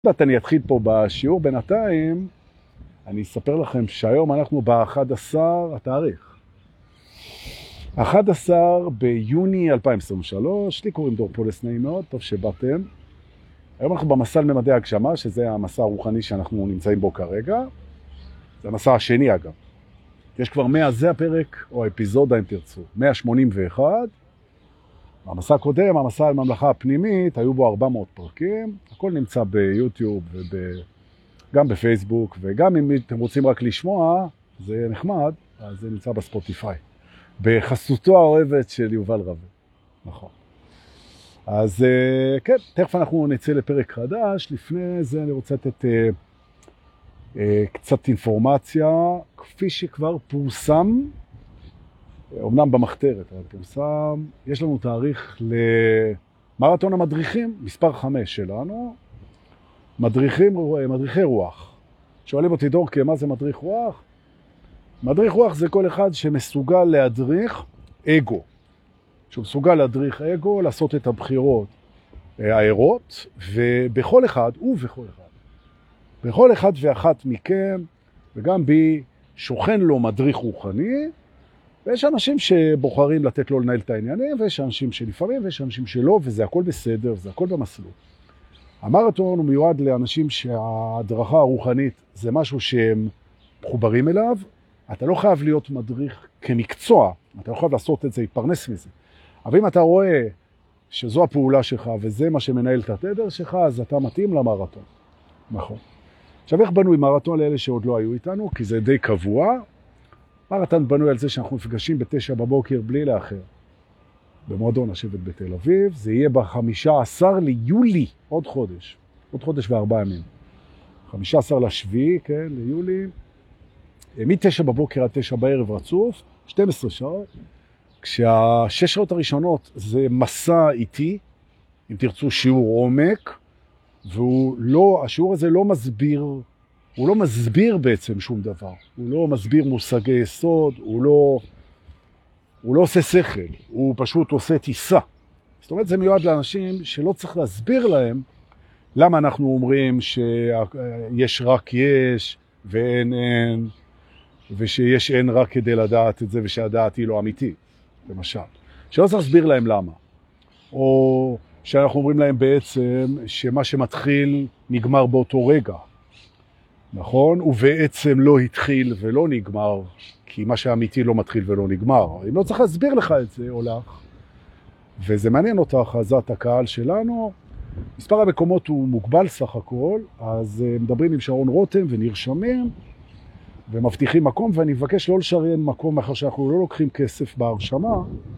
אני אתחיל פה בשיעור. בינתיים אני אספר לכם שהיום אנחנו ב-11 התאריך 11 ביוני 2023. לי קוראים דור פולס, נעים מאוד, טוב שבאתם. היום אנחנו במסע לממדי הגשמה, שזה המסע הרוחני שאנחנו נמצאים בו כרגע. זה המסע השני אגב. יש כבר 100, זה הפרק או האפיזודה אם תרצו, 181. המסע הקודם, המסע על ממלכה הפנימית, היו בו 400 פרקים. הכל נמצא ביוטיוב וגם בפייסבוק, וגם אם אתם רוצים רק לשמוע, זה נחמד, אז זה נמצא בספוטיפיי. בחסותו האוהבת של יובל רווה. נכון. אז כן, תכף אנחנו נצא לפרק חדש. לפני זה אני רוצה לתת קצת אינפורמציה, כפי שכבר פורסם, אמנם במחתרת, אבל פורסם, יש לנו תאריך למרתון המדריכים, מספר 5 שלנו, מדריכי רוח. שואלים אותי דורקה, מה זה מדריך רוח? מדריך רוח זה כל אחד שמסוגל להדריך אגו. שהוא מסוגל להדריך אגו, לעשות את הבחירות הערות, ובכל אחד, בכל אחד ואחת מכם, וגם בי, שוכן לו מדריך רוחני, ויש אנשים שבוחרים לתת לו לנהל את העניינים, ויש אנשים שלפעמים, ויש אנשים שלא, וזה הכל בסדר, וזה הכל במסלול. המרתון הוא מיועד לאנשים שההדרכה הרוחנית זה משהו שהם מחוברים אליו. אתה לא חייב להיות מדריך כמקצוע, אתה לא חייב לעשות את זה, להתפרנס מזה. אבל אם אתה רואה שזו הפעולה שלך, וזה מה שמנהל את התדר שלך, אז אתה מתאים למרתון. נכון. עכשיו, איך בנוי מרתון לאלה שעוד לא היו איתנו? כי זה די קבוע. מרתון בנוי על זה שאנחנו מפגשים ב9 בבוקר בלי לאחר. במועדון השבט בתל אביב. זה יהיה ב-15 ליולי, עוד חודש ו4 ימים. 15 לשביעי, כן, ליולי. מ-9 בבוקר עד 9 בערב רצוף, 12 שעות. כשה6 שעות הראשונות זה מסע איתי, אם תרצו שיעור עומק, השיעור הזה לא מסביר, הוא לא מסביר בעצם שום דבר. הוא לא מסביר מושגי יסוד, הוא לא עושה שכל, הוא פשוט עושה טיסה. זאת אומרת, זה מיועד לאנשים שלא צריך להסביר להם למה אנחנו אומרים שיש רק יש ואין אין, ושיש אין רק כדי לדעת את זה ושהדעת היא לא אמיתית, למשל. שלא צריך להסביר להם למה. או שאנחנו אומרים להם בעצם שמה שמתחיל נגמר באותו רגע. נכון? ובעצם לא התחיל ולא נגמר, כי מה שאמיתי לא מתחיל ולא נגמר. אם לא צריך להסביר לך את זה, הולך. וזה מעניין אותך, אז הקהל שלנו. מספר המקומות הוא מוגבל סך הכל, אז מדברים עם שרון רותם ונרשמים, ומבטיחים מקום, ואני מבקש לא לשריין מקום, מאחר שאנחנו לא לוקחים כסף בהרשמה,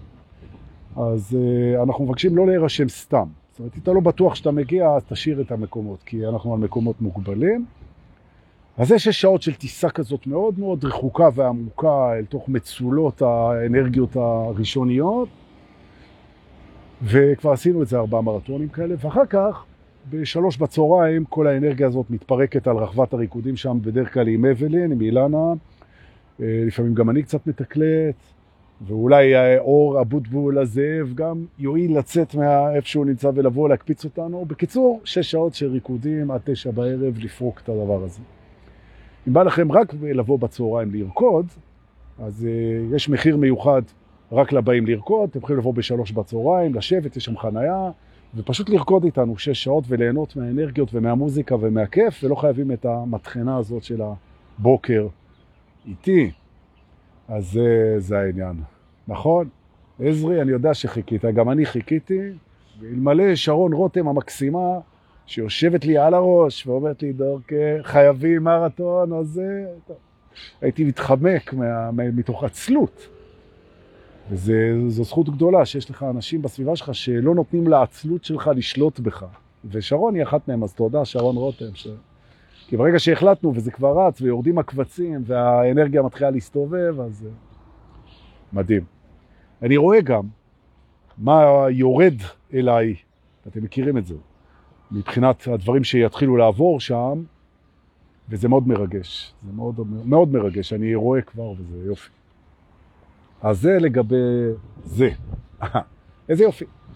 אז אנחנו מבקשים לא להירשם סתם. זאת אומרת, אתה לא בטוח שאתה מגיע, אז תשאיר את המקומות, כי אנחנו על מקומות מוגבלים. אז יש 6 שעות של טיסה כזאת מאוד מאוד רחוקה ועמוקה אל תוך מצולות האנרגיות הראשוניות, וכבר עשינו את זה 4 מרתונים כאלה, ואחר כך ב3 בצהריים כל האנרגיה הזאת מתפרקת על רחבת הריקודים שם, בדרך כלל עם אבלין, עם אילנה, לפעמים גם אני קצת מתקלט, ואולי אור הבוטבול הזאב גם יועיל לצאת מאיפה שהוא נמצא ולבוא להקפיץ אותנו. בקיצור, 6 שעות של ריקודים עד 9 בערב לפרוק את הדבר הזה. אם בא לכם רק לבוא בצהריים לרקוד, אז יש מחיר מיוחד רק לבאים לרקוד. אתם יכולים לבוא ב3 בצהריים, לשבת, יש שם חנייה, ופשוט לרקוד איתנו 6 שעות וליהנות מהאנרגיות ומהמוזיקה ומהכיף, ולא חייבים את המתחנה הזאת של הבוקר איתי. אז זה העניין. נכון? עזרי, אני יודע שחיכית, גם אני חיכיתי, ואלמלא שרון רותם המקסימה, שיושבת לי על הראש ואומרת לי, דורקה, חייבים מרתון, אז הייתי מתחמק מתוך עצלות. וזו זכות גדולה שיש לך אנשים בסביבה שלך שלא נותנים לעצלות שלך לשלוט בך. ושרון היא אחת מהם, אז תודה שרון רותם. כי ברגע שהחלטנו וזה כבר רץ ויורדים הקבצים והאנרגיה מתחילה להסתובב, אז מדהים. אני רואה גם מה יורד אליי, אתם מכירים את זה, מבחינת הדברים שיתחילו לעבור שם, וזה מאוד מרגש. זה מאוד, מאוד מרגש, אני רואה כבר וזה יופי. אז זה לגבי זה. איזה יופי.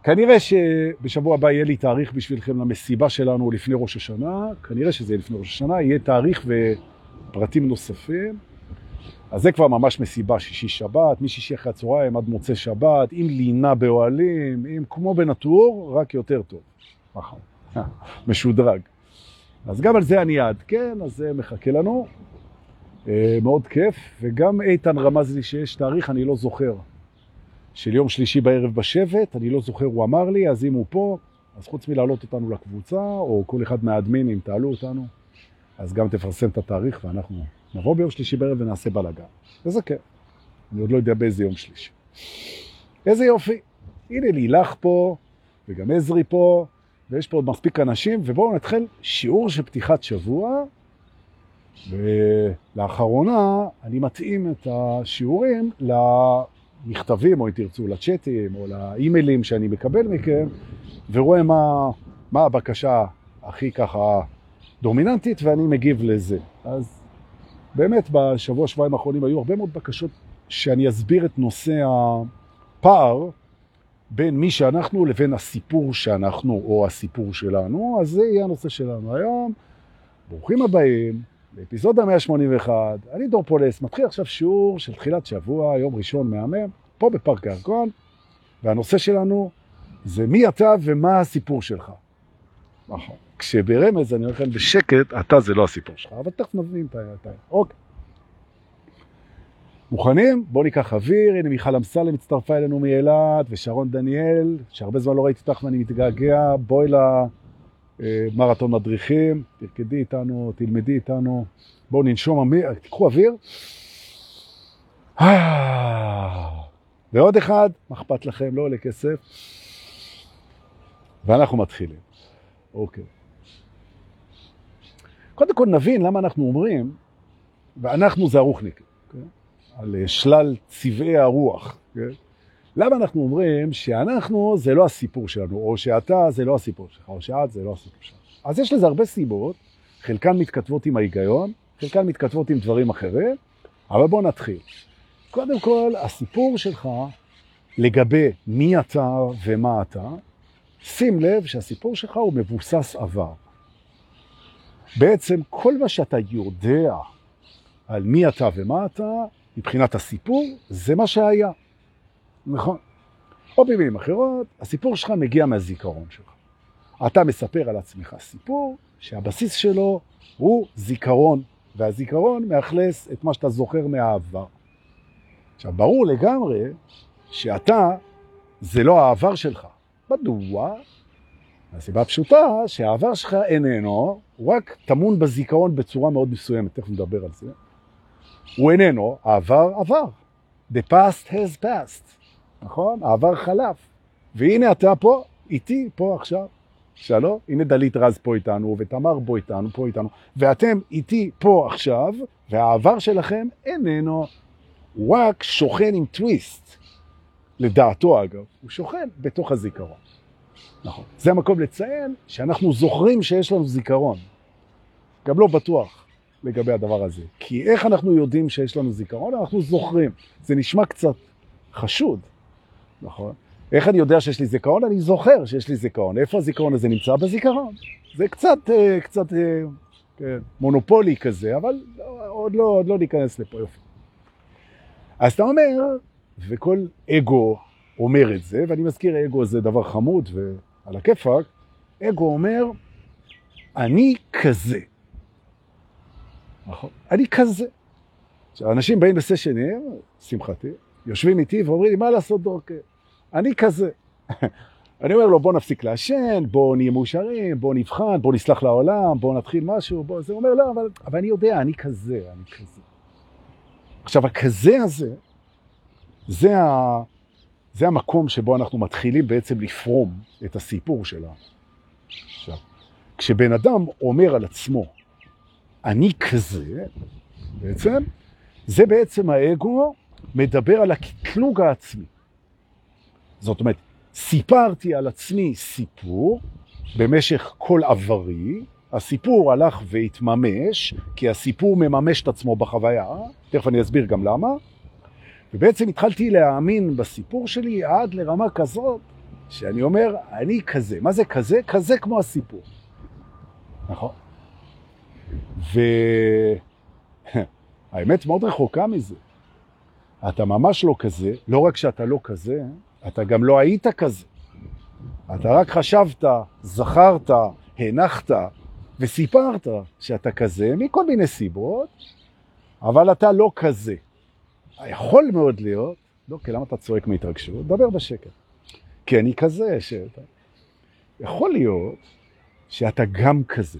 כנראה שבשבוע הבא יהיה לי תאריך בשבילכם למסיבה שלנו לפני ראש השנה, כנראה שזה יהיה לפני ראש השנה, יהיה תאריך ופרטים נוספים. אז זה כבר ממש מסיבה, שישי שבת, משישי אחרי הצהריים עד מוצא שבת, עם לינה באוהלים, עם כמו בנטור, רק יותר טוב. משודרג. אז גם על זה אני אעדכן, אז זה מחכה לנו. מאוד כיף, וגם איתן רמז לי שיש תאריך, אני לא זוכר, של יום שלישי בערב בשבט, אני לא זוכר, הוא אמר לי, אז אם הוא פה, אז חוץ מלהעלות אותנו לקבוצה, או כל אחד מהאדמינים תעלו אותנו, אז גם תפרסם את התאריך, ואנחנו נבוא ביום שלישי בערב ונעשה בלגן. וזה כן, אני עוד לא יודע באיזה יום שלישי. איזה יופי, הנה לילך פה, וגם עזרי פה, ויש פה עוד מספיק אנשים, ובואו נתחיל שיעור של פתיחת שבוע, ולאחרונה אני מתאים את השיעורים למכתבים, או אם תרצו, לצ'אטים, או לאימיילים שאני מקבל מכם, ורואה מה הבקשה הכי ככה דומיננטית, ואני מגיב לזה. אז באמת בשבוע, שבועיים האחרונים היו הרבה מאוד בקשות שאני אסביר את נושא הפער בין מי שאנחנו לבין הסיפור שאנחנו, או הסיפור שלנו. אז זה יהיה הנושא שלנו היום. ברוכים הבאים לאפיזודה 181. אני דור פולס, מתחיל עכשיו שיעור של תחילת שבוע, יום ראשון מהמם, פה בפארק הירקון, והנושא שלנו זה מי אתה ומה הסיפור שלך. נכון. כשברמז אני הולך בשקט, אתה זה לא הסיפור שלך, אבל תכף נבין את ה... אוקיי. מוכנים? בואו ניקח אוויר. הנה מיכל אמסלם מצטרפה אלינו מאילת, ושרון דניאל, שהרבה זמן לא ראיתי אותך ואני מתגעגע. בואי למרתון מדריכים, תרקדי איתנו, תלמדי איתנו. בואו ננשום, תיקחו אוויר. ועוד אחד, מה אכפת לכם? לא עולה כסף. ואנחנו מתחילים. אוקיי. קודם כל נבין למה אנחנו אומרים, ואנחנו זה הרוחניק, על שלל צבעי הרוח. למה אנחנו אומרים שאנחנו זה לא הסיפור שלנו, או שאתה זה לא הסיפור שלך, או שאת זה לא הסיפור שלך. אז יש לזה הרבה סיבות, חלקן מתכתבות עם ההיגיון, חלקן מתכתבות עם דברים אחרים, אבל בואו נתחיל. קודם כל, הסיפור שלך לגבי מי אתה ומה אתה, שים לב שהסיפור שלך הוא מבוסס עבר. בעצם כל מה שאתה יודע על מי אתה ומה אתה, מבחינת הסיפור, זה מה שהיה. נכון? או במילים אחרות, הסיפור שלך מגיע מהזיכרון שלך. אתה מספר על עצמך סיפור שהבסיס שלו הוא זיכרון, והזיכרון מאכלס את מה שאתה זוכר מהעבר. עכשיו, ברור לגמרי שאתה זה לא העבר שלך. מדוע? הסיבה הפשוטה שהעבר שלך איננו, הוא רק תמון בזיכרון בצורה מאוד מסוימת, תכף נדבר על זה. הוא איננו, העבר עבר. The past has passed. נכון? העבר חלף. והנה אתה פה, איתי, פה עכשיו. שלום, הנה דלית רז פה איתנו, ותמר פה איתנו, ואתם איתי פה עכשיו, והעבר שלכם איננו, הוא רק שוכן עם טוויסט. לדעתו אגב, הוא שוכן בתוך הזיכרון. נכון. זה המקום לציין שאנחנו זוכרים שיש לנו זיכרון. גם לא בטוח לגבי הדבר הזה. כי איך אנחנו יודעים שיש לנו זיכרון? אנחנו זוכרים. זה נשמע קצת חשוד. נכון. איך אני יודע שיש לי זיכרון? אני זוכר שיש לי זיכרון. איפה הזיכרון הזה נמצא? בזיכרון. זה קצת כן, מונופולי כזה, אבל עוד לא ניכנס לפה יופי. אז אתה אומר, וכל אגו אומר את זה, ואני מזכיר, אגו זה דבר חמוד ועל הכיפק, אגו אומר, אני כזה. נכון? אני כזה. עכשיו, אנשים באים בסשנים, שמחתי, יושבים איתי ואומרים לי, מה לעשות דורקה? אני כזה. אני אומר לו, בוא נפסיק לעשן, בוא נהיה מאושרים, בוא נבחן, בוא נסלח לעולם, בוא נתחיל משהו, בוא... זה אומר, לא, אבל אני יודע, אני כזה. עכשיו, הכזה הזה, זה המקום שבו אנחנו מתחילים בעצם לפרום את הסיפור שלנו. עכשיו, כשבן אדם אומר על עצמו, אני כזה, זה בעצם האגו מדבר על הקטלוג העצמי. זאת אומרת, סיפרתי על עצמי סיפור במשך כל עברי, הסיפור הלך והתממש, כי הסיפור מממש את עצמו בחוויה, תכף אני אסביר גם למה, ובעצם התחלתי להאמין בסיפור שלי עד לרמה כזאת, שאני אומר, אני כזה. מה זה כזה? כזה כמו הסיפור. נכון? והאמת מאוד רחוקה מזה. אתה ממש לא כזה, לא רק שאתה לא כזה, אתה גם לא היית כזה. אתה רק חשבת, זכרת, הנחת וסיפרת שאתה כזה מכל מיני סיבות, אבל אתה לא כזה. יכול מאוד להיות, לא, כי למה אתה צועק מהתרגשות? דבר בשקט. כי אני כזה, יכול להיות שאתה גם כזה.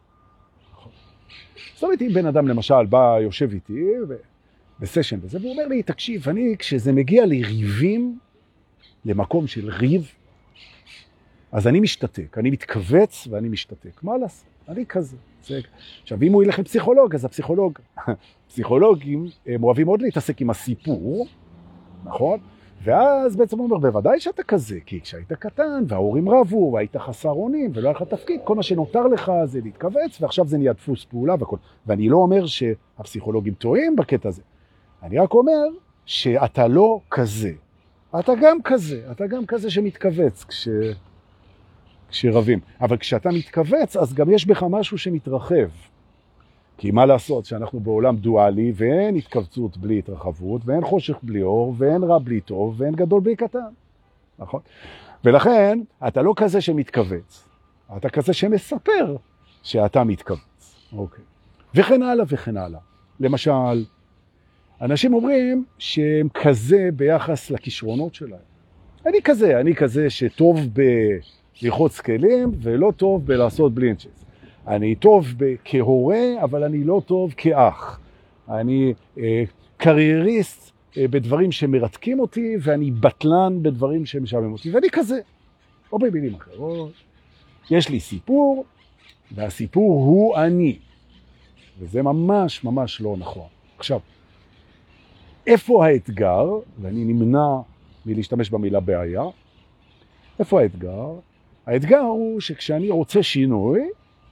זאת אומרת, אם בן אדם למשל בא, יושב איתי בסשן וזה, והוא אומר לי, תקשיב, כשזה מגיע לריבים, למקום של ריב, אז אני משתתק, אני מתכווץ ואני משתתק. מה לעשות? אני כזה. עכשיו, אם הוא ילך לפסיכולוג, אז פסיכולוגים הם אוהבים מאוד להתעסק עם הסיפור, נכון? ואז בעצם הוא אומר, בוודאי שאתה כזה, כי כשהיית קטן וההורים רבו, והיית חסר אונים ולא היה לך תפקיד, כל מה שנותר לך זה להתכווץ, ועכשיו זה נהיה דפוס פעולה וכל. ואני לא אומר שהפסיכולוגים טועים בקטע הזה. אני רק אומר שאתה לא כזה. אתה גם כזה שמתכווץ כשרבים. אבל כשאתה מתכווץ, אז גם יש בך משהו שמתרחב. כי מה לעשות שאנחנו בעולם דואלי, ואין התכווצות בלי התרחבות, ואין חושך בלי אור, ואין רע בלי טוב, ואין גדול בלי קטן. נכון? ולכן, אתה לא כזה שמתכווץ. אתה כזה שמספר שאתה מתכווץ. אוקיי. וכן הלאה וכן הלאה. למשל, אנשים אומרים שהם כזה ביחס לכישרונות שלהם. אני כזה שטוב בלחוץ כלים, ולא טוב בלעשות בלינצ'ס. אני טוב כהורה, אבל אני לא טוב כאח. אני קרייריסט בדברים שמרתקים אותי, ואני בטלן בדברים שמשעמם אותי, ואני כזה. או במילים אחרות. יש לי סיפור, והסיפור הוא אני. וזה ממש ממש לא נכון. עכשיו, איפה האתגר, ואני נמנע מלהשתמש במילה בעיה, איפה האתגר? האתגר הוא שכשאני רוצה שינוי,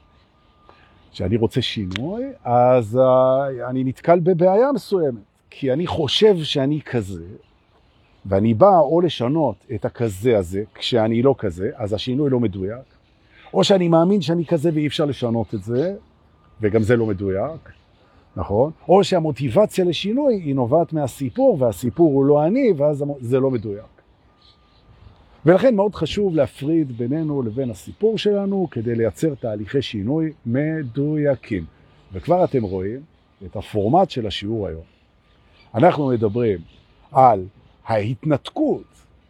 אז אני נתקל בבעיה מסוימת, כי אני חושב שאני כזה, ואני בא או לשנות את הכזה הזה, כשאני לא כזה, אז השינוי לא מדויק, או שאני מאמין שאני כזה ואי אפשר לשנות את זה, וגם זה לא מדויק, נכון? או שהמוטיבציה לשינוי היא נובעת מהסיפור, והסיפור הוא לא אני, ואז זה לא מדויק. ולכן מאוד חשוב להפריד בינינו לבין הסיפור שלנו, כדי לייצר תהליכי שינוי מדויקים. וכבר אתם רואים את הפורמט של השיעור היום. אנחנו מדברים על ההתנתקות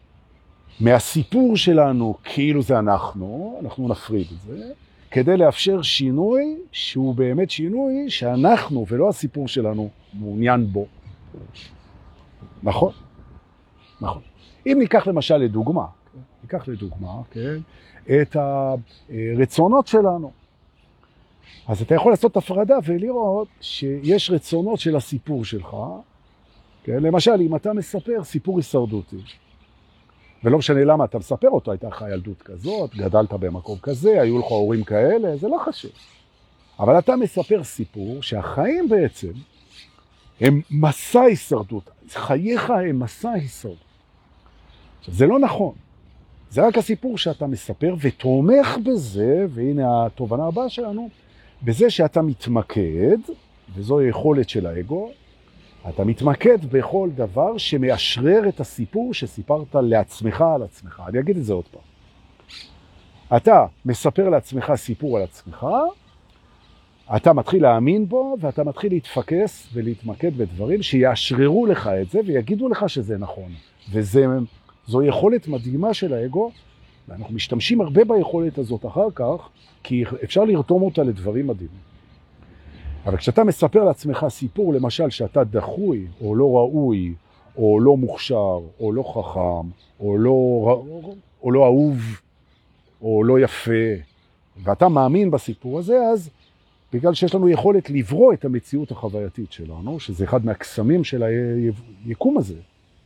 מהסיפור שלנו, כאילו זה אנחנו נפריד את זה, כדי לאפשר שינוי שהוא באמת שינוי שאנחנו ולא הסיפור שלנו מעוניין בו. נכון? נכון. אם ניקח למשל לדוגמה, כן, את הרצונות שלנו. אז אתה יכול לעשות הפרדה ולראות שיש רצונות של הסיפור שלך. כן? למשל, אם אתה מספר סיפור הישרדותי, ולא משנה למה אתה מספר אותו, הייתה לך ילדות כזאת, גדלת במקום כזה, היו לך הורים כאלה, זה לא חשוב. אבל אתה מספר סיפור שהחיים בעצם הם מסע הישרדות. חייך הם מסע הישרדות. עכשיו, זה לא נכון. זה רק הסיפור שאתה מספר ותומך בזה, והנה התובנה הבאה שלנו, בזה שאתה מתמקד, וזו יכולת של האגו, אתה מתמקד בכל דבר שמאשרר את הסיפור שסיפרת לעצמך על עצמך. אני אגיד את זה עוד פעם. אתה מספר לעצמך סיפור על עצמך, אתה מתחיל להאמין בו, ואתה מתחיל להתפקס ולהתמקד בדברים שיאשררו לך את זה, ויגידו לך שזה נכון. וזו יכולת מדהימה של האגו, ואנחנו משתמשים הרבה ביכולת הזאת אחר כך, כי אפשר לרתום אותה לדברים מדהימים. אבל כשאתה מספר לעצמך סיפור, למשל שאתה דחוי, או לא ראוי, או לא מוכשר, או לא חכם, או לא אהוב, או לא יפה, ואתה מאמין בסיפור הזה, אז בגלל שיש לנו יכולת לברוא את המציאות החווייתית שלנו, שזה אחד מהקסמים של היקום הזה,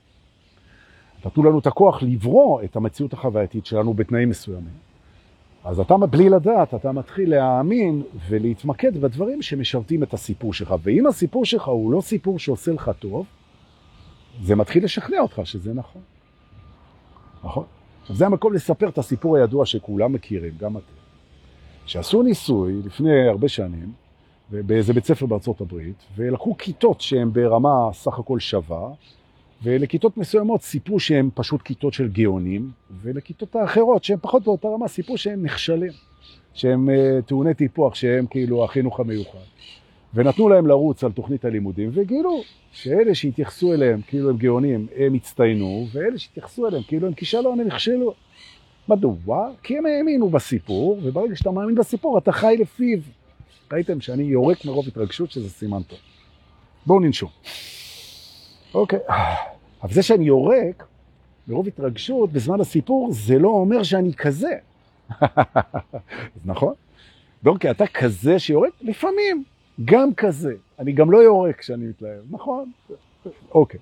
נתנו לנו את הכוח לברוא את המציאות החווייתית שלנו בתנאים מסוימים. אז אתה, בלי לדעת, אתה מתחיל להאמין ולהתמקד בדברים שמשרתים את הסיפור שלך. ואם הסיפור שלך הוא לא סיפור שעושה לך טוב, זה מתחיל לשכנע אותך שזה נכון. נכון? זה המקום לספר את הסיפור הידוע שכולם מכירים, גם אתם. שעשו ניסוי לפני הרבה שנים, באיזה בית ספר בארצות הברית, ולקחו כיתות שהן ברמה סך הכל שווה, ולכיתות מסוימות סיפרו שהן פשוט כיתות של גאונים, ולכיתות האחרות שהן פחות באותה רמה סיפרו שהן נכשלים, שהן טעוני טיפוח, שהן כאילו החינוך המיוחד. ונתנו להם לרוץ על תוכנית הלימודים, וגילו שאלה שהתייחסו אליהם כאילו הם גאונים, הם הצטיינו, ואלה שהתייחסו אליהם כאילו הם כישלון, הם נכשלו. מדוע? כי הם האמינו בסיפור, וברגע שאתה מאמין בסיפור, אתה חי לפיו. ראיתם שאני יורק מרוב התרגשות שזה סימן טוב. בואו ננשום. אוקיי. אבל זה שאני יורק מרוב התרגשות בזמן הסיפור, זה לא אומר שאני כזה. נכון? דורקי, אתה כזה שיורק? לפעמים. גם כזה. אני גם לא יורק כשאני מתלהב. נכון? אוקיי.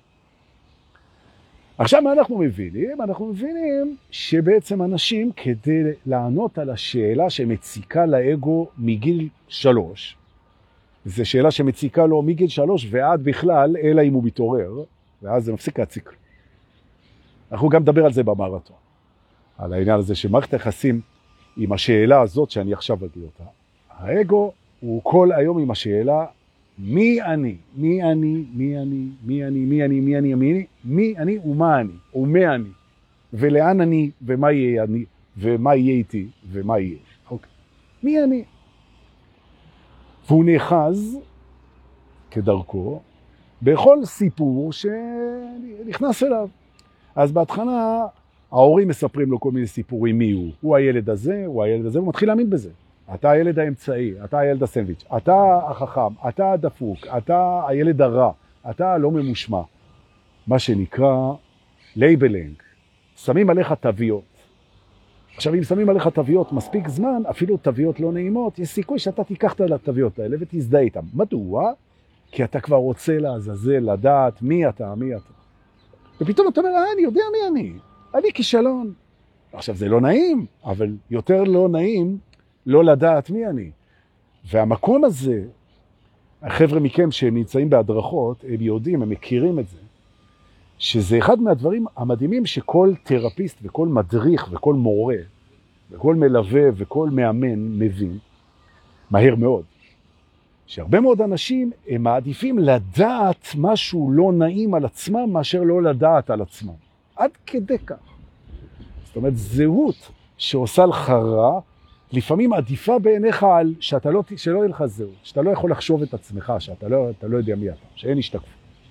עכשיו מה אנחנו מבינים? אנחנו מבינים שבעצם אנשים כדי לענות על השאלה שמציקה לאגו מגיל 3, זו שאלה שמציקה לו מגיל 3 ועד בכלל, אלא אם הוא מתעורר, ואז זה מפסיק להציק. אנחנו גם נדבר על זה במרתון, על העניין הזה שמערכת היחסים עם השאלה הזאת שאני עכשיו אגיד אותה. האגו הוא כל היום עם השאלה מי אני? מי אני? מי אני? מי אני? מי אני? מי אני? מי אני? מי אני ומה אני? ומה אני? ולאן אני? ומה יהיה אני? ומה יהיה איתי? ומה יהיה? אוקיי. מי אני? והוא נאחז כדרכו בכל סיפור שנכנס אליו. אז בהתחלה ההורים מספרים לו כל מיני סיפורים מי הוא. הוא הילד הזה, הוא הילד הזה, הוא מתחיל להאמין בזה. אתה הילד האמצעי, אתה הילד הסנדוויץ', אתה החכם, אתה הדפוק, אתה הילד הרע, אתה לא ממושמע. מה שנקרא לייבלינג. שמים עליך תוויות. עכשיו, אם שמים עליך תוויות מספיק זמן, אפילו תוויות לא נעימות, יש סיכוי שאתה תיקח את התוויות האלה ותזדהה איתם. מדוע? כי אתה כבר רוצה לעזאזל, לדעת מי אתה, מי אתה. ופתאום אתה אומר, אני יודע מי אני כישלון. עכשיו, זה לא נעים, אבל יותר לא נעים לא לדעת מי אני. והמקום הזה, החבר'ה מכם שהם נמצאים בהדרכות, הם יודעים, הם מכירים את זה, שזה אחד מהדברים המדהימים שכל תרפיסט וכל מדריך וכל מורה וכל מלווה וכל מאמן מבין, מהר מאוד. שהרבה מאוד אנשים הם מעדיפים לדעת משהו לא נעים על עצמם מאשר לא לדעת על עצמם. עד כדי כך. זאת אומרת, זהות שעושה לך רע, לפעמים עדיפה בעיניך על שלא יהיה לך זהות, שאתה לא יכול לחשוב את עצמך, שאתה לא יודע מי אתה, שאין השתקפות.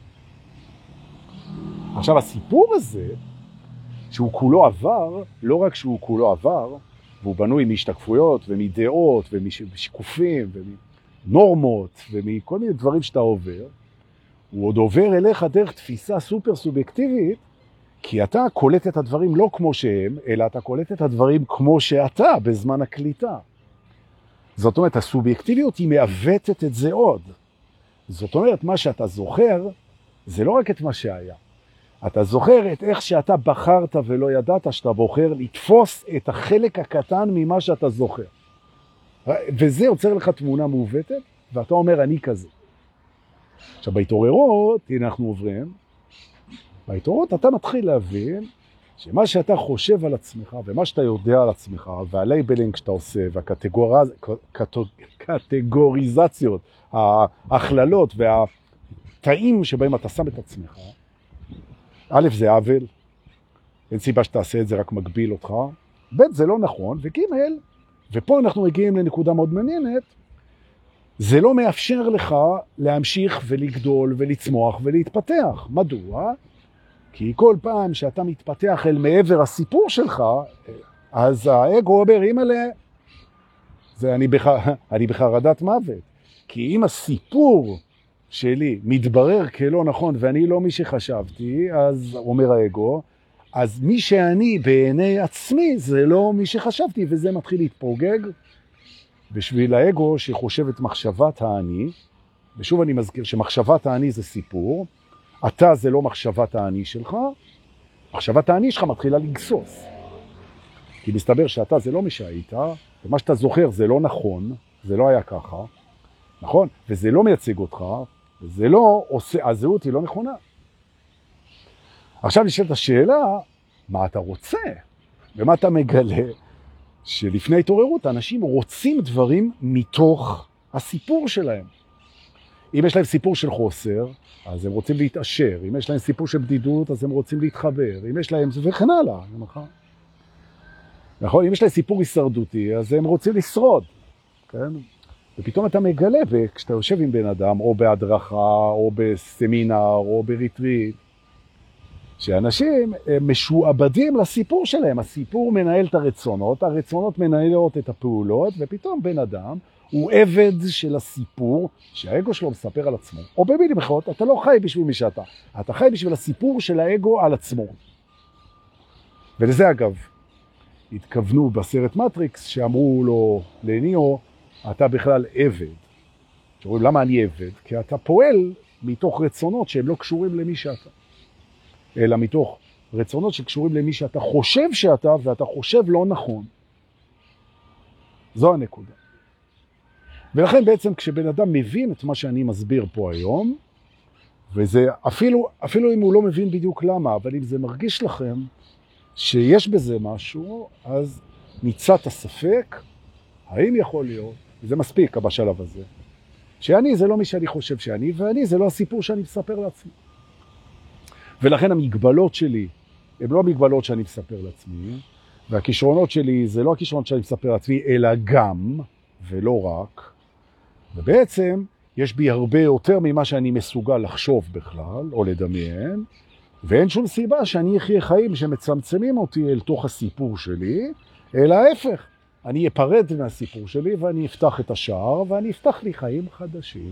עכשיו, הסיפור הזה, שהוא כולו עבר, לא רק שהוא כולו עבר, והוא בנוי מהשתקפויות ומדעות ומשיקופים ומנורמות ומכל מיני דברים שאתה עובר, הוא עוד עובר אליך דרך תפיסה סופר סובייקטיבית, כי אתה קולט את הדברים לא כמו שהם, אלא אתה קולט את הדברים כמו שאתה בזמן הקליטה. זאת אומרת, הסובייקטיביות היא מעוותת את זה עוד. זאת אומרת, מה שאתה זוכר, זה לא רק את מה שהיה. אתה זוכר את איך שאתה בחרת ולא ידעת שאתה בוחר לתפוס את החלק הקטן ממה שאתה זוכר. וזה יוצר לך תמונה מעוותת, ואתה אומר, אני כזה. עכשיו, בהתעוררות, הנה אנחנו עוברים, בהתעוררות אתה מתחיל להבין שמה שאתה חושב על עצמך, ומה שאתה יודע על עצמך, והלייבלינג שאתה עושה, והקטגוריזציות, ההכללות והתאים שבהם אתה שם את עצמך, א', זה עוול, אין סיבה שתעשה את זה, רק מגביל אותך. ב', זה לא נכון, וג', ופה אנחנו מגיעים לנקודה מאוד מעניינת, זה לא מאפשר לך להמשיך ולגדול ולצמוח ולהתפתח. מדוע? כי כל פעם שאתה מתפתח אל מעבר הסיפור שלך, אז האגו אומר, אני בחרדת מוות. כי אם הסיפור שלי מתברר כלא נכון ואני לא מי שחשבתי, אז אומר האגו, אז מי שאני בעיני עצמי זה לא מי שחשבתי, וזה מתחיל להתפוגג בשביל האגו שחושב את מחשבת האני. ושוב אני מזכיר שמחשבת האני זה סיפור, אתה זה לא מחשבת האני שלך, מחשבת האני שלך מתחילה לגסוס. כי מסתבר שאתה זה לא מי שהיית, ומה שאתה זוכר זה לא נכון, זה לא היה ככה, נכון? וזה לא מייצג אותך, וזה לא עושה, הזהות היא לא נכונה. עכשיו נשאלת השאלה, מה אתה רוצה? ומה אתה מגלה? שלפני התעוררות אנשים רוצים דברים מתוך הסיפור שלהם. אם יש להם סיפור של חוסר, אז הם רוצים להתעשר. אם יש להם סיפור של בדידות, אז הם רוצים להתחבר. אם יש להם וכן הלאה, נכון? אם יש להם סיפור הישרדותי, אז הם רוצים לשרוד. כן? ופתאום אתה מגלה, כשאתה יושב עם בן אדם, או בהדרכה, או בסמינר, או בריטריט, שאנשים משועבדים לסיפור שלהם. הסיפור מנהל את הרצונות, הרצונות מנהלות את הפעולות, ופתאום בן אדם הוא עבד של הסיפור שהאגו שלו מספר על עצמו. או במילים אחרות, אתה לא חי בשביל מי שאתה, אתה חי בשביל הסיפור של האגו על עצמו. ולזה אגב, התכוונו בסרט מטריקס שאמרו לו לניאו, אתה בכלל עבד. שאומרים, למה אני עבד? כי אתה פועל מתוך רצונות שהם לא קשורים למי שאתה. אלא מתוך רצונות שקשורים למי שאתה חושב שאתה, ואתה חושב לא נכון. זו הנקודה. ולכן בעצם כשבן אדם מבין את מה שאני מסביר פה היום, וזה אפילו אם הוא לא מבין בדיוק למה, אבל אם זה מרגיש לכם שיש בזה משהו, אז ניצת הספק, האם יכול להיות, וזה מספיק בשלב הזה, שאני זה לא מי שאני חושב שאני, ואני זה לא הסיפור שאני מספר לעצמי. ולכן המגבלות שלי, הן לא המגבלות שאני מספר לעצמי, והכישרונות שלי זה לא הכישרונות שאני מספר לעצמי, אלא גם, ולא רק, ובעצם יש בי הרבה יותר ממה שאני מסוגל לחשוב בכלל, או לדמיין, ואין שום סיבה שאני אחיה חיים שמצמצמים אותי אל תוך הסיפור שלי, אלא ההפך. אני אפרד מהסיפור שלי ואני אפתח את השער, ואני אפתח לי חיים חדשים.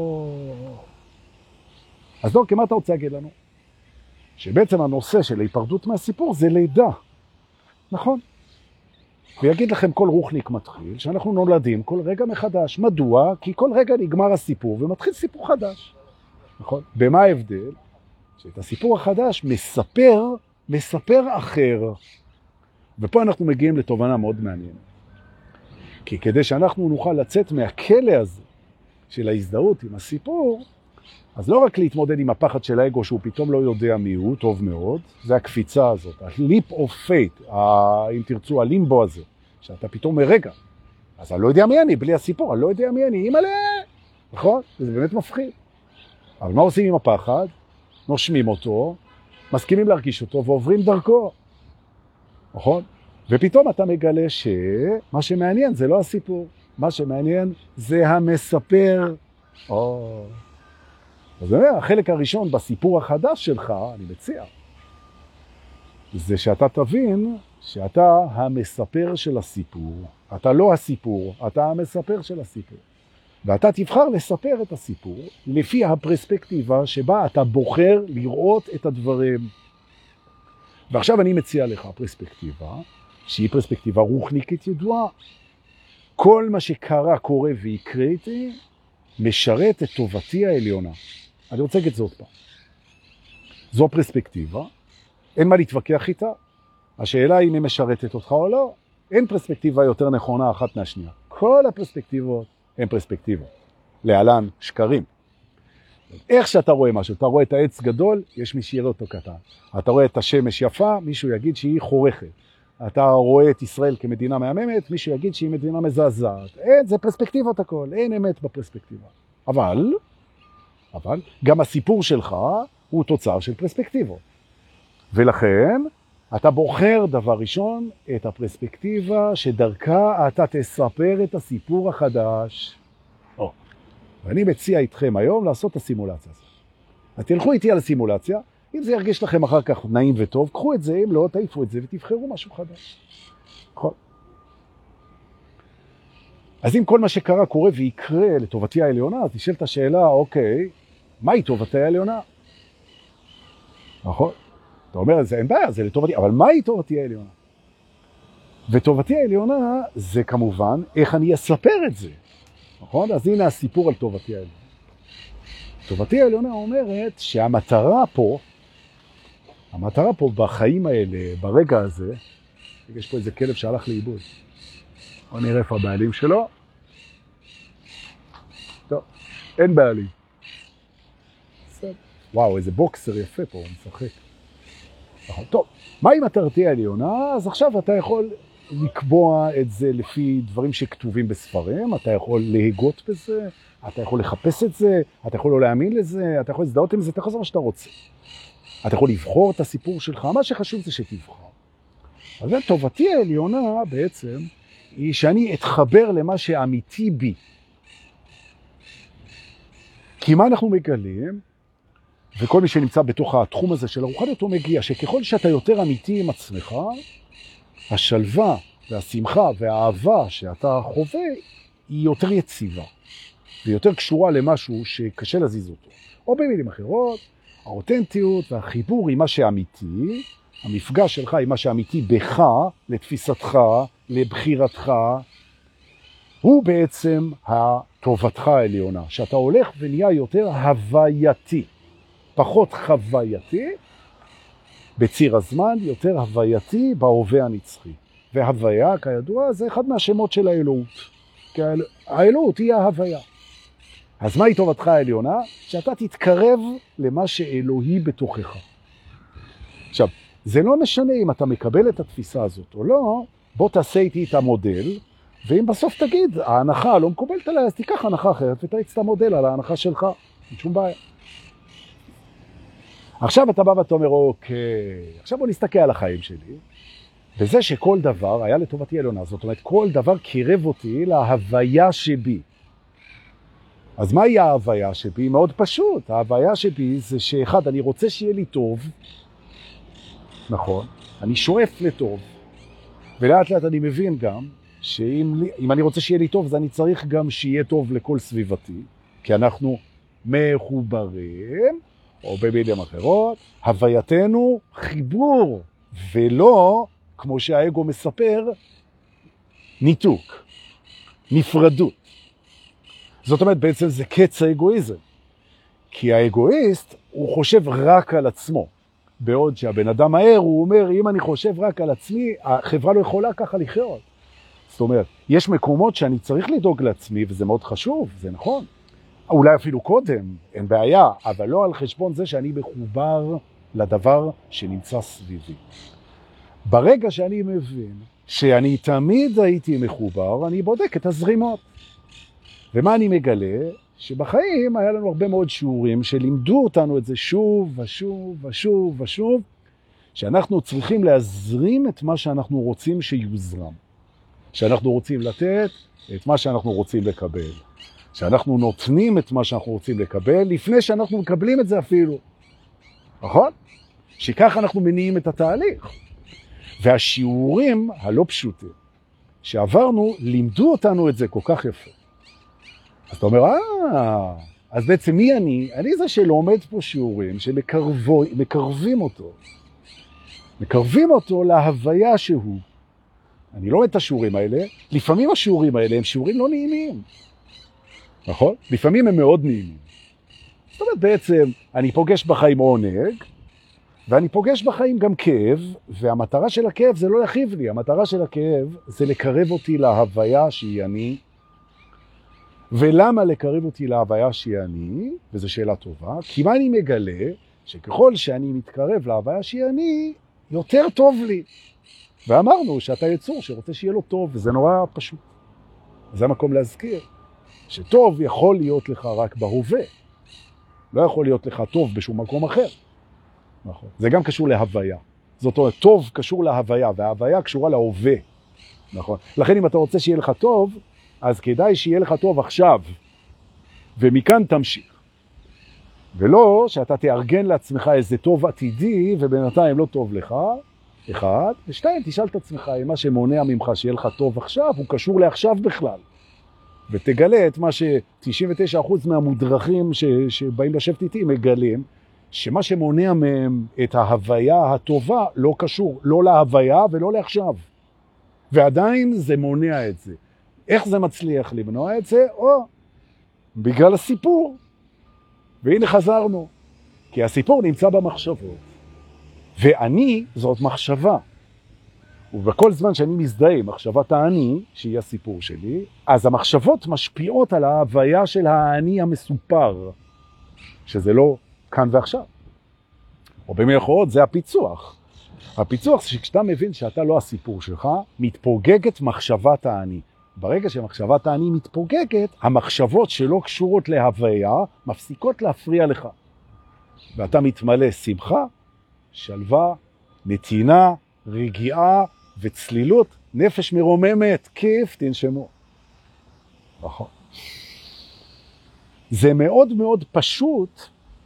אז לא, כמה אתה רוצה להגיד לנו? שבעצם הנושא של ההיפרדות מהסיפור זה לידה. נכון? ויגיד לכם כל רוחניק מתחיל, שאנחנו נולדים כל רגע מחדש. מדוע? כי כל רגע נגמר הסיפור ומתחיל סיפור חדש. נכון? במה ההבדל? שאת הסיפור החדש מספר אחר. ופה אנחנו מגיעים לתובנה מאוד מעניינת. כי כדי שאנחנו נוכל לצאת מהכלא הזה של ההזדהות עם הסיפור, אז לא רק להתמודד עם הפחד של האגו שהוא פתאום לא יודע מי הוא, טוב מאוד, זה הקפיצה הזאת, ה-leap of faith, אם תרצו, הלימבו הזה, שאתה פתאום מרגע, אז אני לא יודע מי אני, בלי הסיפור, אני לא יודע מי אני, אימא'לה, נכון? זה באמת מפחיד. אבל מה עושים עם הפחד? נושמים אותו, מסכימים להרגיש אותו ועוברים דרכו, נכון? ופתאום אתה מגלה שמה שמעניין זה לא הסיפור, מה שמעניין זה המספר. אז החלק הראשון בסיפור החדש שלך, אני מציע, זה שאתה תבין שאתה המספר של הסיפור. אתה לא הסיפור, אתה המספר של הסיפור. ואתה תבחר לספר את הסיפור לפי הפרספקטיבה שבה אתה בוחר לראות את הדברים. ועכשיו אני מציע לך פרספקטיבה, שהיא פרספקטיבה רוחניקית ידועה. כל מה שקרה, קורה ויקרה איתי, משרת את טובתי העליונה. אני רוצה להגיד זאת פעם. זו פרספקטיבה, אין מה להתווכח איתה. השאלה היא אם היא משרתת אותך או לא. אין פרספקטיבה יותר נכונה אחת מהשנייה. כל הפרספקטיבות הן פרספקטיבות. להלן שקרים. איך שאתה רואה משהו, אתה רואה את העץ גדול, יש מי שיראה אותו קטן. אתה רואה את השמש יפה, מישהו יגיד שהיא חורכת. אתה רואה את ישראל כמדינה מהממת, מישהו יגיד שהיא מדינה מזעזעת. אין, זה פרספקטיבות הכל, אין אמת בפרספקטיבה. אבל גם הסיפור שלך הוא תוצר של פרספקטיבות. ולכן אתה בוחר דבר ראשון את הפרספקטיבה שדרכה אתה תספר את הסיפור החדש. ואני מציע איתכם היום לעשות את הסימולציה הזאת. אז תלכו איתי על הסימולציה, אם זה ירגיש לכם אחר כך נעים וטוב, קחו את זה, אם לא, תעיפו את זה ותבחרו משהו חדש. נכון? אז אם כל מה שקרה קורה ויקרה לטובתי העליונה, אז נשאלת השאלה, אוקיי, מהי טובתי העליונה? נכון? אתה אומר, זה אין בעיה, זה לטובתי, אבל מהי טובתי העליונה? וטובתי העליונה זה כמובן איך אני אספר את זה. נכון? אז הנה הסיפור על טובתי העליונה. טובתי העליונה אומרת שהמטרה פה בחיים האלה, ברגע הזה, יש פה איזה כלב שהלך לאיבוד. בוא נראה איפה הבעלים שלו. טוב, אין בעלים. וואו, איזה בוקסר יפה פה, הוא משחק. נכון. טוב, מה אם מטרתי העליונה? אז עכשיו אתה יכול לקבוע את זה לפי דברים שכתובים בספרים, אתה יכול להגות בזה, אתה יכול לחפש את זה, אתה יכול לא להאמין לזה, אתה יכול להזדהות עם זה, אתה יכול לעשות מה שאתה רוצה. אתה יכול לבחור את הסיפור שלך, מה שחשוב זה שתבחר. אז טובתי העליונה בעצם היא שאני אתחבר למה שאמיתי בי. כי מה אנחנו מגלים, וכל מי שנמצא בתוך התחום הזה של הרוחניות הוא מגיע, שככל שאתה יותר אמיתי עם עצמך, השלווה והשמחה והאהבה שאתה חווה היא יותר יציבה, ויותר קשורה למשהו שקשה להזיז אותו. או במילים אחרות, האותנטיות והחיבור עם מה שאמיתי, המפגש שלך עם מה שאמיתי בך, לתפיסתך, לבחירתך, הוא בעצם טובתך העליונה, שאתה הולך ונהיה יותר הווייתי, פחות חווייתי, בציר הזמן, יותר הווייתי בהווה הנצחי. והוויה, כידוע, זה אחד מהשמות של האלוהות. כי האלוהות היא ההוויה. אז מהי טובתך העליונה? שאתה תתקרב למה שאלוהי בתוכך. עכשיו, זה לא משנה אם אתה מקבל את התפיסה הזאת או לא, בוא תעשה איתי את המודל, ואם בסוף תגיד, ההנחה לא מקובלת עליי, אז תיקח הנחה אחרת ותריץ את המודל על ההנחה שלך. אין שום בעיה. עכשיו אתה בא ואתה אומר, אוקיי, עכשיו בוא נסתכל על החיים שלי, וזה שכל דבר היה לטובתי העליונה, זאת אומרת, כל דבר קירב אותי להוויה שבי. אז מהי ההוויה שבי? מאוד פשוט. ההוויה שבי זה שאחד, אני רוצה שיהיה לי טוב, נכון, אני שואף לטוב, ולאט לאט אני מבין גם, שאם אני רוצה שיהיה לי טוב, אז אני צריך גם שיהיה טוב לכל סביבתי, כי אנחנו מחוברים, או במילים אחרות, הווייתנו חיבור, ולא, כמו שהאגו מספר, ניתוק, נפרדות. זאת אומרת, בעצם זה קץ האגואיזם. כי האגואיסט, הוא חושב רק על עצמו. בעוד שהבן אדם מהר, הוא אומר, אם אני חושב רק על עצמי, החברה לא יכולה ככה לחיות. זאת אומרת, יש מקומות שאני צריך לדאוג לעצמי, וזה מאוד חשוב, זה נכון. אולי אפילו קודם, אין בעיה, אבל לא על חשבון זה שאני מחובר לדבר שנמצא סביבי. ברגע שאני מבין שאני תמיד הייתי מחובר, אני בודק את הזרימות. ומה אני מגלה? שבחיים היה לנו הרבה מאוד שיעורים שלימדו אותנו את זה שוב ושוב ושוב ושוב, שאנחנו צריכים להזרים את מה שאנחנו רוצים שיוזרם. שאנחנו רוצים לתת את מה שאנחנו רוצים לקבל. שאנחנו נותנים את מה שאנחנו רוצים לקבל, לפני שאנחנו מקבלים את זה אפילו. נכון? שכך אנחנו מניעים את התהליך. והשיעורים הלא פשוטים שעברנו, לימדו אותנו את זה כל כך יפה. אז אתה אומר, אז בעצם מי אני? אני זה שלומד פה שיעורים שמקרבים אותו. מקרבים אותו להוויה שהוא. אני לא לומד את השיעורים האלה, לפעמים השיעורים האלה הם שיעורים לא נעימים. נכון? לפעמים הם מאוד נעימים. זאת אומרת, בעצם אני פוגש בחיים עונג, ואני פוגש בחיים גם כאב, והמטרה של הכאב זה לא יכאיב לי, המטרה של הכאב זה לקרב אותי להוויה שהיא אני. ולמה לקרב אותי להוויה שהיא אני? וזו שאלה טובה, כי מה אני מגלה? שככל שאני מתקרב להוויה שהיא אני, יותר טוב לי. ואמרנו שאתה יצור שרוצה שיהיה לו טוב, וזה נורא פשוט. זה המקום להזכיר, שטוב יכול להיות לך רק בהווה. לא יכול להיות לך טוב בשום מקום אחר. נכון. זה גם קשור להוויה. זאת אומרת, טוב קשור להוויה, וההוויה קשורה להווה. נכון. לכן אם אתה רוצה שיהיה לך טוב, אז כדאי שיהיה לך טוב עכשיו. ומכאן תמשיך. ולא שאתה תארגן לעצמך איזה טוב עתידי, ובינתיים לא טוב לך, אחד. ושתיים, תשאל את עצמך, אם מה שמונע ממך שיהיה לך טוב עכשיו, הוא קשור לעכשיו בכלל. ותגלה את מה ש99% מהמודרכים שבאים לשבת איתי מגלים, שמה שמונע מהם את ההוויה הטובה לא קשור, לא להוויה ולא לעכשיו. ועדיין זה מונע את זה. איך זה מצליח למנוע את זה? או בגלל הסיפור. והנה חזרנו. כי הסיפור נמצא במחשבות. ואני זאת מחשבה. ובכל זמן שאני מזדהה עם מחשבת האני, שהיא הסיפור שלי, אז המחשבות משפיעות על ההוויה של האני המסופר, שזה לא כאן ועכשיו. או במיוחד זה הפיצוח. הפיצוח זה שכשאתה מבין שאתה לא הסיפור שלך, מתפוגגת מחשבת האני. ברגע שמחשבת האני מתפוגגת, המחשבות שלא קשורות להוויה מפסיקות להפריע לך. ואתה מתמלא שמחה, שלווה, נתינה, רגיעה וצלילות, נפש מרוממת, כיף, תנשמו. נכון. זה מאוד מאוד פשוט,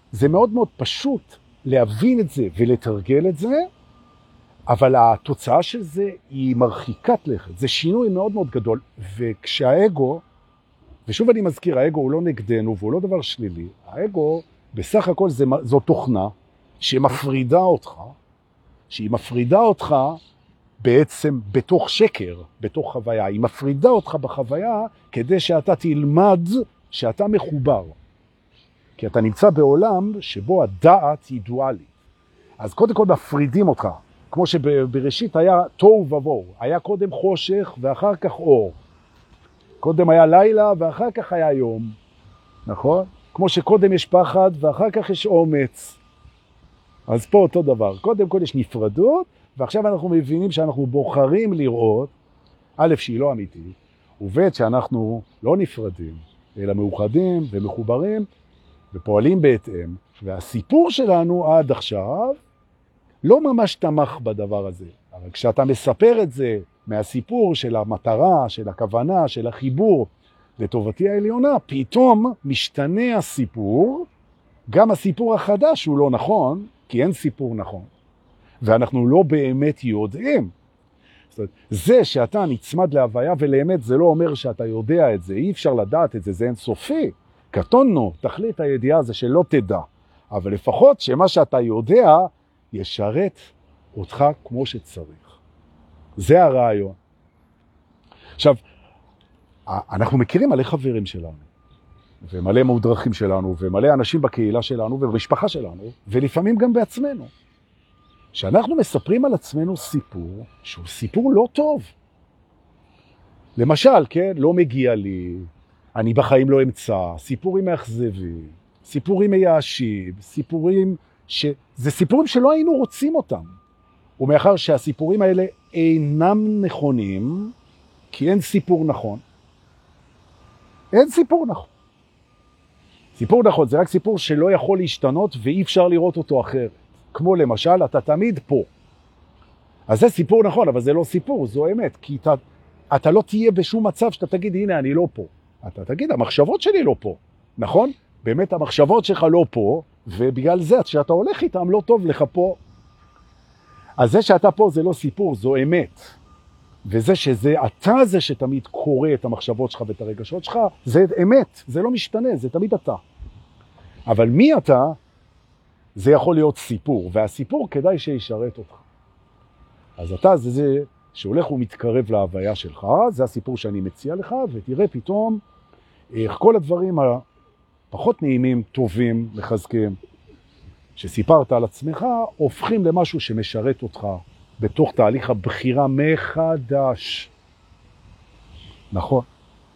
להבין את זה ולתרגל את זה, אבל התוצאה של זה היא מרחיקת לכת. זה שינוי מאוד מאוד גדול. וכשהאגו, ושוב אני מזכיר, האגו הוא לא נגדנו והוא לא דבר שלילי. האגו בסך הכל זו תוכנה שמפרידה אותך, שהיא מפרידה אותך בעצם בתוך שקר, בתוך חוויה. היא מפרידה אותך בחוויה כדי שאתה תלמד שאתה מחובר. כי אתה נמצא בעולם שבו הדעת היא דואלית. אז קודם כל מפרידים אותך. כמו שבראשית היה תוהו ובוהו. היה קודם חושך ואחר כך אור. קודם היה לילה ואחר כך היה יום. נכון? כמו שקודם יש פחד ואחר כך יש אומץ. אז פה אותו דבר. קודם כל יש נפרדות, ועכשיו אנחנו מבינים שאנחנו בוחרים לראות, א', שהיא לא אמיתית, וב', שאנחנו לא נפרדים, אלא מאוחדים ומחוברים, ופועלים בהתאם. והסיפור שלנו עד עכשיו לא ממש תמך בדבר הזה. אבל כשאתה מספר את זה מהסיפור של המטרה, של הכוונה, של החיבור לטובתי העליונה, פתאום משתנה הסיפור, גם הסיפור החדש הוא לא נכון, כי אין סיפור נכון. ואנחנו לא באמת יודעים. זאת אומרת, זה שאתה נצמד להוויה ולאמת, זה לא אומר שאתה יודע את זה. אי אפשר לדעת את זה, זה אינסופי. קטונו, תכלית הידיעה זה שלא תדע. אבל לפחות שמה שאתה יודע, ישרת אותך כמו שצריך. זה הרעיון. עכשיו, אנחנו מכירים מלא חברים שלנו, ומלא מודרכים שלנו, ומלא אנשים בקהילה שלנו, ובמשפחה שלנו, ולפעמים גם בעצמנו. שאנחנו מספרים על עצמנו סיפור, שהוא סיפור לא טוב. למשל, כן, לא מגיע לי, אני בחיים לא אמצא, סיפורים מאכזבים, סיפורים מייאשים, זה סיפורים שלא היינו רוצים אותם. ומאחר שהסיפורים האלה אינם נכונים, כי אין סיפור נכון. אין סיפור נכון. סיפור נכון זה רק סיפור שלא יכול להשתנות ואי אפשר לראות אותו אחרת. כמו למשל, אתה תמיד פה. אז זה סיפור נכון, אבל זה לא סיפור, זו אמת. כי אתה לא תהיה בשום מצב שאתה תגיד, הנה, אני לא פה. אתה תגיד, המחשבות שלי לא פה. נכון? באמת המחשבות שלך לא פה, ובגלל זה, כשאתה הולך איתם, לא טוב לך פה. אז זה שאתה פה זה לא סיפור, זו אמת. וזה שזה אתה זה שתמיד קורא את המחשבות שלך ואת הרגשות שלך, זה אמת, זה לא משתנה, זה תמיד אתה. אבל מי אתה? זה יכול להיות סיפור, והסיפור כדאי שישרת אותך. אז אתה זה שהולך ומתקרב להוויה שלך, זה הסיפור שאני מציע לך, ותראה פתאום איך כל הדברים הפחות נעימים, טובים, מחזקים, שסיפרת על עצמך, הופכים למשהו שמשרת אותך בתוך תהליך הבחירה מחדש. נכון.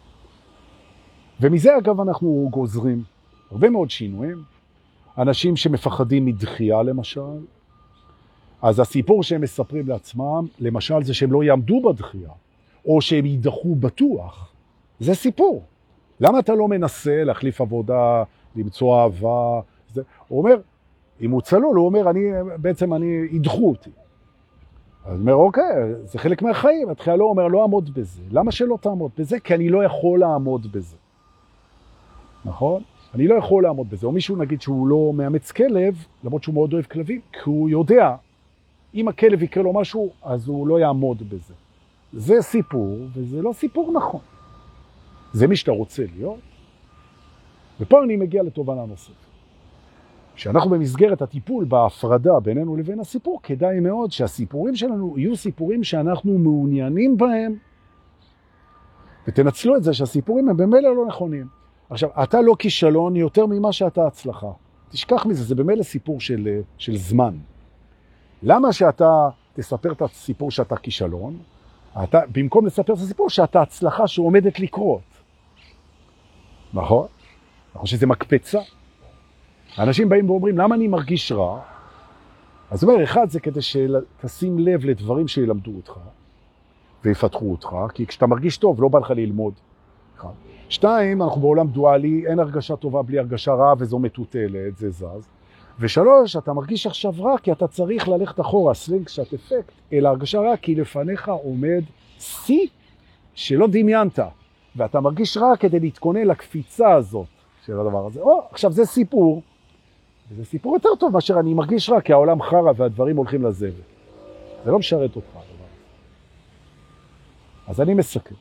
ומזה אגב אנחנו גוזרים הרבה מאוד שינויים. אנשים שמפחדים מדחייה למשל, אז הסיפור שהם מספרים לעצמם, למשל זה שהם לא יעמדו בדחייה, או שהם יידחו בטוח. זה סיפור. למה אתה לא מנסה להחליף עבודה, למצוא אהבה? הוא אומר, אם הוא צלול, הוא אומר, אני ידחו אותי. אז הוא אומר, אוקיי, זה חלק מהחיים. התחילה לא אומר, לא אעמוד בזה. למה שלא תעמוד בזה? כי אני לא יכול לעמוד בזה. נכון? אני לא יכול לעמוד בזה. או מישהו נגיד שהוא לא מאמץ כלב, למרות שהוא מאוד אוהב כלבים, כי הוא יודע, אם הכלב יקרה לו משהו, אז הוא לא יעמוד בזה. זה סיפור, וזה לא סיפור נכון. זה מי שאתה רוצה להיות. ופה אני מגיע לתובנה נוספת. שאנחנו במסגרת הטיפול בהפרדה בינינו לבין הסיפור, כדאי מאוד שהסיפורים שלנו יהיו סיפורים שאנחנו מעוניינים בהם, ותנצלו את זה שהסיפורים הם במילא לא נכונים. עכשיו, אתה לא כישלון יותר ממה שאתה הצלחה. תשכח מזה, זה במילא סיפור של זמן. למה שאתה תספר את הסיפור שאתה כישלון? במקום לספר את הסיפור שאתה הצלחה שעומדת לקרות. נכון? נכון שזה מקפצה. האנשים באים ואומרים, למה אני מרגיש רע? אז זאת אומרת, אחד זה כדי שתשים לב לדברים שילמדו אותך ויפתחו אותך, כי כשאתה מרגיש טוב לא בא לך ללמוד. אחד. שתיים, אנחנו בעולם דואלי, אין הרגשה טובה בלי הרגשה רעה וזו מטוטלת, זה זז. ושלוש, אתה מרגיש עכשיו רע כי אתה צריך ללכת אחורה, סלינגשט אפקט, אלא הרגשה רע כי לפניך עומד שיא שלא דמיינת, ואתה מרגיש רע כדי להתכונן לקפיצה הזאת של הדבר הזה. עכשיו זה סיפור, וזה סיפור יותר טוב מאשר אני מרגיש רע כי העולם חרה והדברים הולכים לזבל. זה לא משרת אותך הדבר הזה. אז אני מסכם.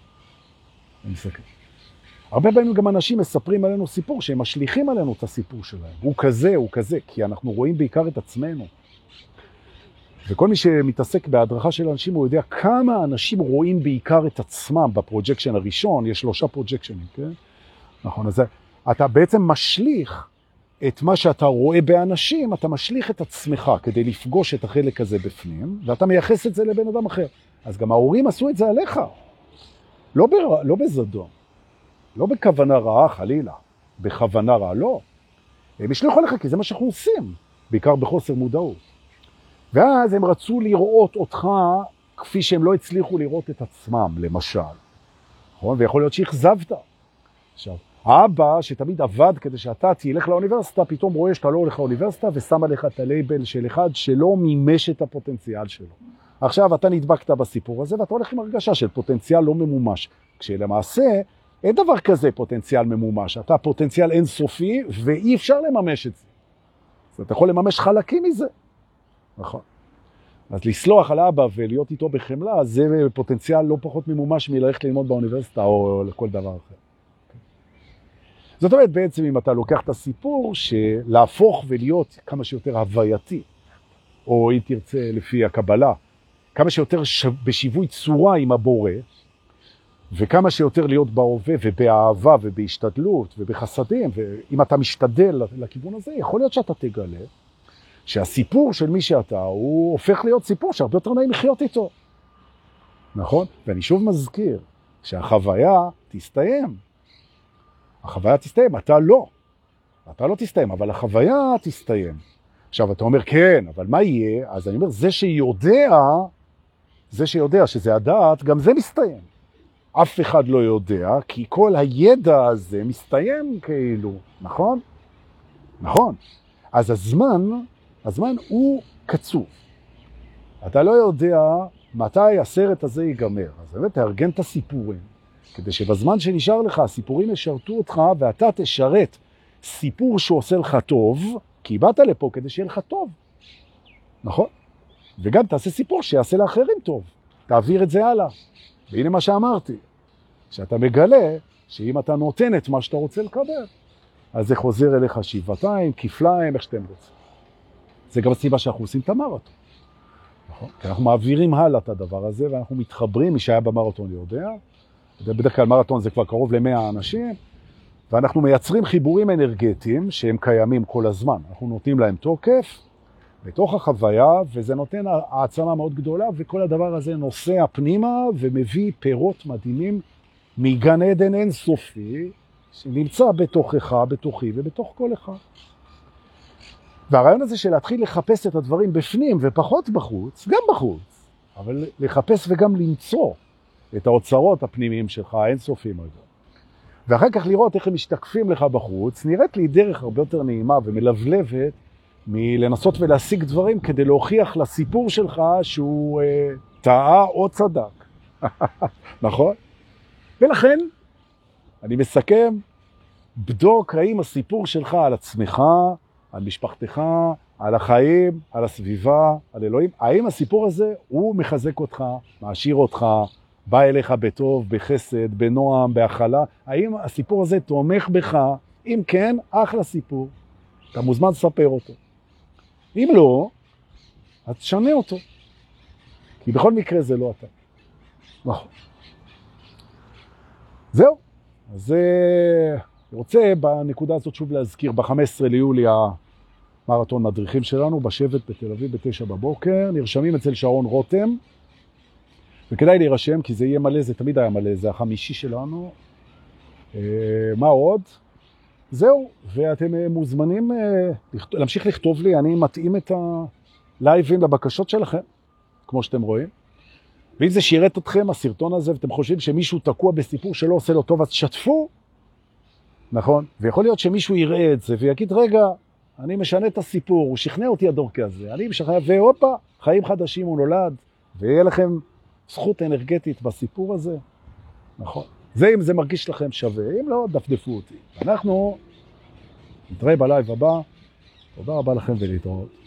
הרבה פעמים גם אנשים מספרים עלינו סיפור, שהם משליכים עלינו את הסיפור שלהם. הוא כזה, כי אנחנו רואים בעיקר את עצמנו. וכל מי שמתעסק בהדרכה של אנשים, הוא יודע כמה אנשים רואים בעיקר את עצמם בפרוג'קשן הראשון, יש 3 פרוג'קשנים, כן? נכון, אז אתה בעצם משליך את מה שאתה רואה באנשים, אתה משליך את עצמך כדי לפגוש את החלק הזה בפנים, ואתה מייחס את זה לבן אדם אחר. אז גם ההורים עשו את זה עליך, לא בזדון. לא בכוונה רעה, חלילה. בכוונה רעה, לא. הם ישלחו לך, כי זה מה שאנחנו עושים, בעיקר בחוסר מודעות. ואז הם רצו לראות אותך כפי שהם לא הצליחו לראות את עצמם, למשל. נכון? ויכול להיות שהחזבת. עכשיו, האבא שתמיד עבד כדי שאתה תלך לאוניברסיטה, פתאום רואה שאתה לא הולך לאוניברסיטה, ושם עליך את הלייבל של אחד שלא מימש את הפוטנציאל שלו. עכשיו אתה נדבקת בסיפור הזה, ואתה הולך עם הרגשה של פוטנציאל לא ממומש. כשלמעשה, אין דבר כזה פוטנציאל ממומש. אתה פוטנציאל אינסופי, ואי אפשר לממש את זה. אז אתה יכול לממש חלקים מזה. נכון. אז לסלוח על אבא ולהיות איתו בחמלה, זה פוטנציאל לא פחות ממומש מללכת ללמוד באוניברסיטה או לכל דבר אחר. זאת אומרת, בעצם אם אתה לוקח את הסיפור, שלהפוך ולהיות כמה שיותר הווייתי, או אם תרצה לפי הקבלה, כמה שיותר בשיווי צורה עם הבורא, וכמה שיותר להיות בהווה ובאהבה ובהשתדלות ובחסדים, ואם אתה משתדל לכיוון הזה, יכול להיות שאתה תגלה שהסיפור של מי שאתה הוא הופך להיות סיפור שהרבה יותר נעים לחיות איתו. נכון? ואני שוב מזכיר שהחוויה תסתיים. החוויה תסתיים, אתה לא תסתיים, אבל החוויה תסתיים. עכשיו אתה אומר כן, אבל מה יהיה? אז אני אומר, זה שיודע שזה הדעת, גם זה מסתיים. אף אחד לא יודע, כי כל הידע הזה מסתיים כאילו, נכון? נכון. אז הזמן הוא קצוב. אתה לא יודע מתי הסרט הזה ייגמר. אז באמת תארגן את הסיפורים, כדי שבזמן שנשאר לך הסיפורים ישרתו אותך, ואתה תשרת סיפור שעושה לך טוב, כי באת לפה כדי שיהיה לך טוב. נכון? וגם תעשה סיפור שיעשה לאחרים טוב. תעביר את זה הלאה. והנה מה שאמרתי, שאתה מגלה שאם אתה נותן את מה שאתה רוצה לקבל, אז זה חוזר אליך שבעתיים, כפליים, איך שאתם רוצים. זה גם הסיבה שאנחנו עושים את המרתון. נכון? כי אנחנו מעבירים הלאה את הדבר הזה, ואנחנו מתחברים, מי שהיה במרתון יודע, בדרך כלל מרתון זה כבר קרוב ל100 אנשים, ואנחנו מייצרים חיבורים אנרגטיים שהם קיימים כל הזמן. אנחנו נותנים להם תוקף בתוך החוויה, וזה נותן העצמה מאוד גדולה, וכל הדבר הזה נוסע פנימה ומביא פירות מדהימים מגן עדן אינסופי, שנמצא בתוכך, בתוכי ובתוך כל אחד. והרעיון הזה של להתחיל לחפש את הדברים בפנים ופחות בחוץ, גם בחוץ, אבל לחפש וגם למצוא את האוצרות הפנימיים שלך, האינסופיים הזה. ואחר כך לראות איך הם משתקפים לך בחוץ, נראית לי דרך הרבה יותר נעימה ומלבלבת מלנסות ולהשיג דברים כדי להוכיח לסיפור שלך שהוא טעה או צדק. נכון? ולכן, אני מסכם, בדוק האם הסיפור שלך על עצמך, על משפחתך, על החיים, על הסביבה, על אלוהים, האם הסיפור הזה הוא מחזק אותך, מעשיר אותך, בא אליך בטוב, בחסד, בנועם, בהכלה, האם הסיפור הזה תומך בך? אם כן, אחלה סיפור. אתה מוזמן לספר אותו. אם לא, אז תשנה אותו. כי בכל מקרה זה לא אתה. נכון. זהו. אז אני רוצה בנקודה הזאת שוב להזכיר, ב-15 ליולי המרתון מדריכים שלנו, בשבט בתל אביב ב-9 בבוקר, נרשמים אצל שרון רותם, וכדאי להירשם, כי זה יהיה מלא, זה תמיד היה מלא, זה החמישי שלנו. מה עוד? זהו, ואתם מוזמנים להמשיך לכתוב לי, אני מתאים לייבים לבקשות שלכם, כמו שאתם רואים. ואם זה שירת אתכם, הסרטון הזה, ואתם חושבים שמישהו תקוע בסיפור שלא עושה לו טוב, אז שתפו, נכון? ויכול להיות שמישהו יראה את זה ויגיד, רגע, אני משנה את הסיפור, הוא שכנע אותי הדורקי הזה, אני משכנע, והופה, חיים חדשים הוא נולד, ויהיה לכם זכות אנרגטית בסיפור הזה, נכון? זה אם זה מרגיש לכם שווה, אם לא, דפדפו אותי. אנחנו נתראה בלייב הבא, תודה רבה לכם ולהתראות.